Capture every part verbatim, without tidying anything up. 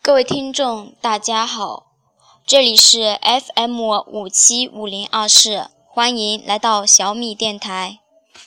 各位听众大家好，这里是 F M 五七五零二四，欢迎来到小米电台。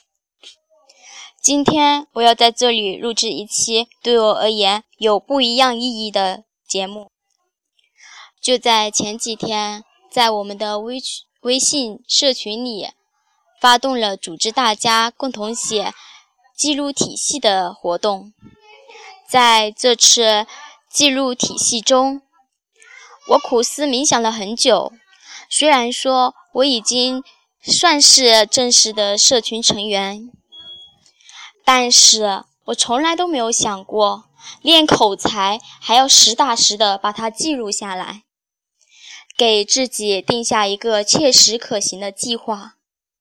今天我要在这里录制一期对我而言有不一样意义的节目。就在前几天，在我们的微微信社群里发动了组织大家共同写记录体系的活动。在这次记录体系中，我苦思冥想了很久。虽然说我已经算是正式的社群成员，但是我从来都没有想过练口才还要实打实的把它记录下来，给自己定下一个切实可行的计划。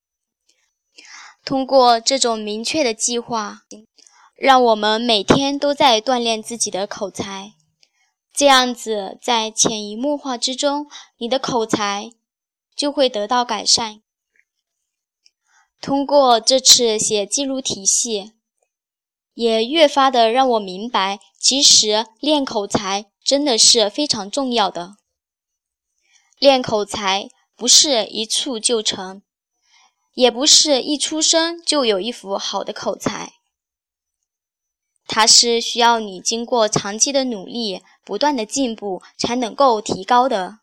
通过这种明确的计划，让我们每天都在锻炼自己的口才，这样子在潜移默化之中，你的口才就会得到改善。通过这次写记录体系，也越发的让我明白，其实练口才真的是非常重要的。练口才不是一蹴就成，也不是一出生就有一副好的口才，它是需要你经过长期的努力，不断的进步才能够提高的。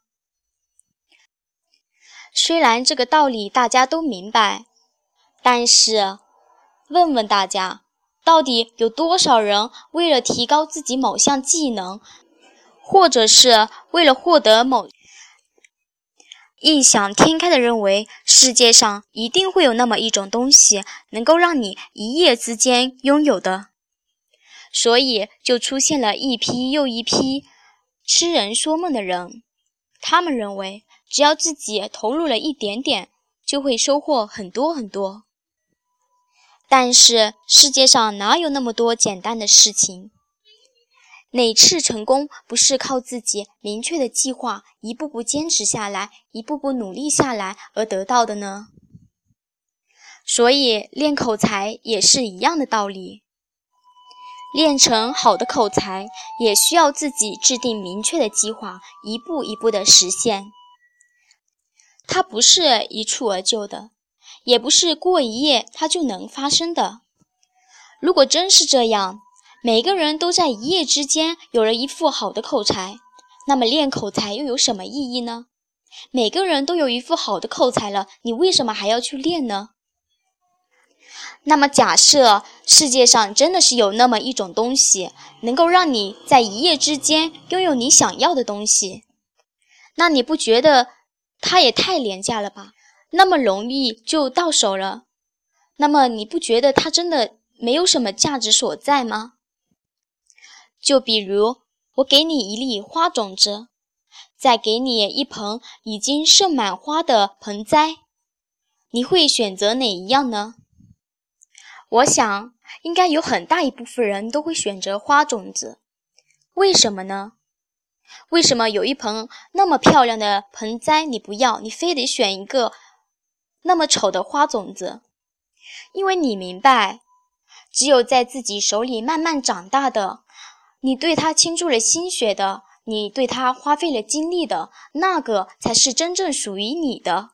虽然这个道理大家都明白，但是问问大家，到底有多少人为了提高自己某项技能，或者是为了获得某异想天开的认为世界上一定会有那么一种东西能够让你一夜之间拥有的，所以就出现了一批又一批痴人说梦的人。他们认为只要自己投入了一点点，就会收获很多很多。但是世界上哪有那么多简单的事情？哪次成功不是靠自己明确的计划，一步步坚持下来，一步步努力下来而得到的呢？所以练口才也是一样的道理。练成好的口才，也需要自己制定明确的计划，一步一步的实现。它不是一蹴而就的，也不是过一夜它就能发生的。如果真是这样，每个人都在一夜之间有了一副好的口才，那么练口才又有什么意义呢？每个人都有一副好的口才了，你为什么还要去练呢？那么假设世界上真的是有那么一种东西，能够让你在一夜之间拥有你想要的东西，那你不觉得它也太廉价了吧？那么容易就到手了，那么你不觉得它真的没有什么价值所在吗？就比如我给你一粒花种子，再给你一盆已经盛满花的盆栽，你会选择哪一样呢？我想应该有很大一部分人都会选择花种子。为什么呢？为什么有一盆那么漂亮的盆栽你不要，你非得选一个那么丑的花种子？因为你明白，只有在自己手里慢慢长大的，你对它倾注了心血的，你对它花费了精力的，那个才是真正属于你的，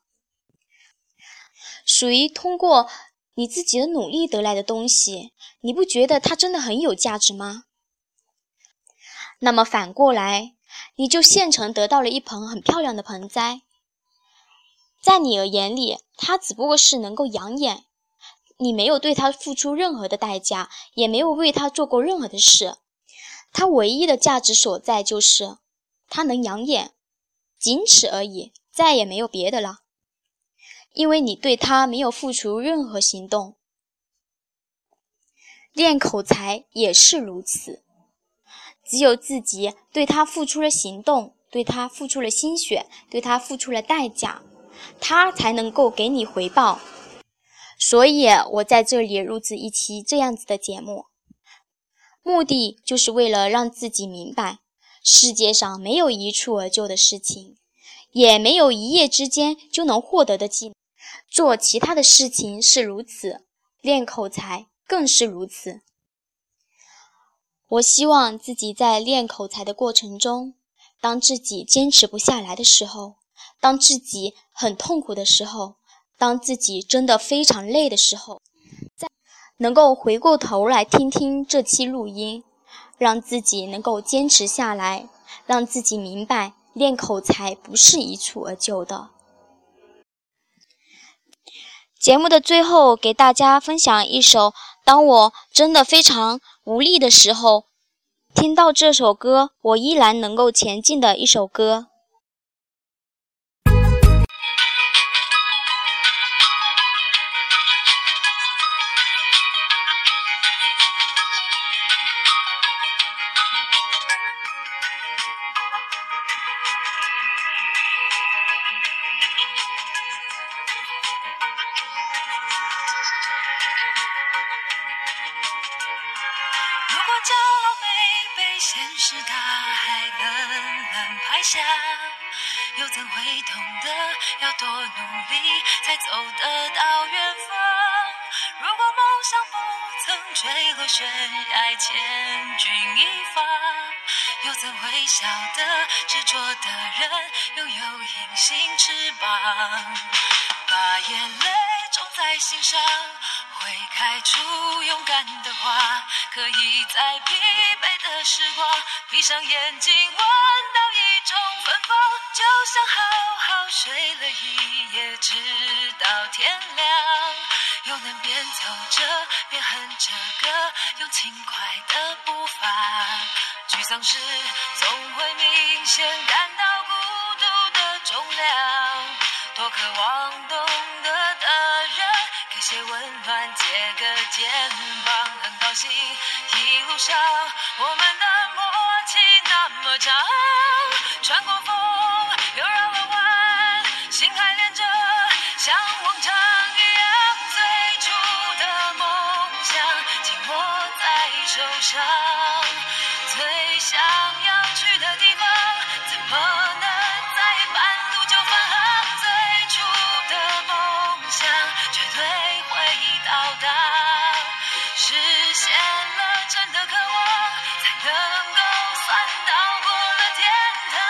属于通过你自己的努力得来的东西，你不觉得它真的很有价值吗？那么反过来，你就现成得到了一盆很漂亮的盆栽，在你的眼里，它只不过是能够养眼，你没有对它付出任何的代价，也没有为它做过任何的事，它唯一的价值所在就是它能养眼，仅此而已，再也没有别的了。因为你对它没有付出任何行动。练口才也是如此，只有自己对它付出了行动，对它付出了心血，对它付出了代价，它才能够给你回报。所以我在这里录制一期这样子的节目，目的就是为了让自己明白，世界上没有一蹴而就的事情，也没有一夜之间就能获得的技能。做其他的事情是如此，练口才更是如此。 我希望自己在练口才的过程中，当自己坚持不下来的时候，当自己很痛苦的时候，当自己真的非常累的时候，能够回过头来听听这期录音，让自己能够坚持下来，让自己明白练口才不是一蹴而就的。节目的最后，给大家分享一首当我真的非常无力的时候，听到这首歌我依然能够前进的一首歌。 骄傲没被现实大海冷冷拍下，又怎会懂得要多努力才走得到远方？如果梦想不曾坠落悬崖千钧一发，又怎会晓得执着的人拥有隐形翅膀？把眼泪种在心上，会开出勇敢的花，可以在疲惫的时光闭上眼睛闻到一种芬芳，就像好好睡了一夜直到天亮，又能边走着边哼着歌，用轻快的步伐，沮丧时总会明显感到孤独的重量，多渴望懂得的人给些温暖，借个肩膀，很高兴一路上我们的默契那么长，穿过风又绕了弯，心还连着像往常一样，最初的梦想紧握在手上，最想要去的地方怎么能在半路就返航，最初的梦想绝对会到达，实现了真的渴望，才能够算到过了天堂。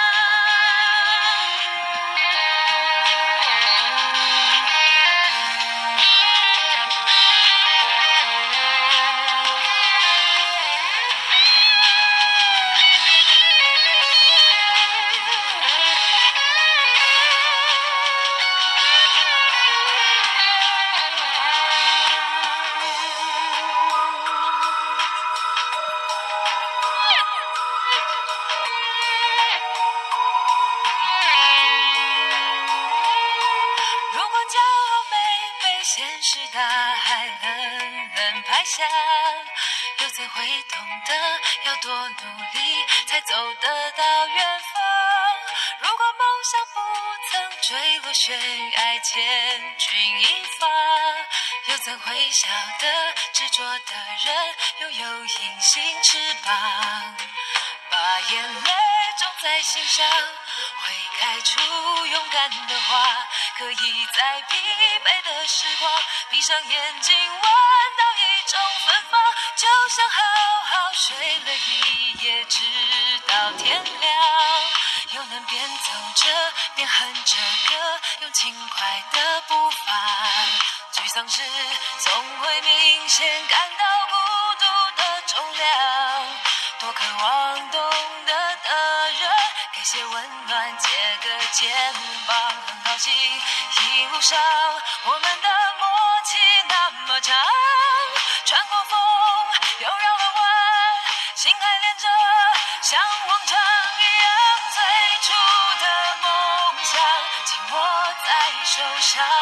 现实大海冷冷拍下，又怎会懂得要多努力才走得到远方？如果梦想不曾坠落悬崖千钧一发，又怎会晓得执着的人拥有隐形翅膀？把眼泪种在心上，会开出勇敢的花，可以在疲惫的时光闭上眼睛闻到一种芬芳，就像好好睡了一夜直到天亮，又能边走着边哼着歌，用轻快的步伐，沮丧时总会明显感到孤独的重量，多渴望懂得的人给些温暖，借个肩膀，很高兴一路上我们的默契那么长，穿过风又绕了弯，心还连着像往常一样，最初的梦想紧握在手上，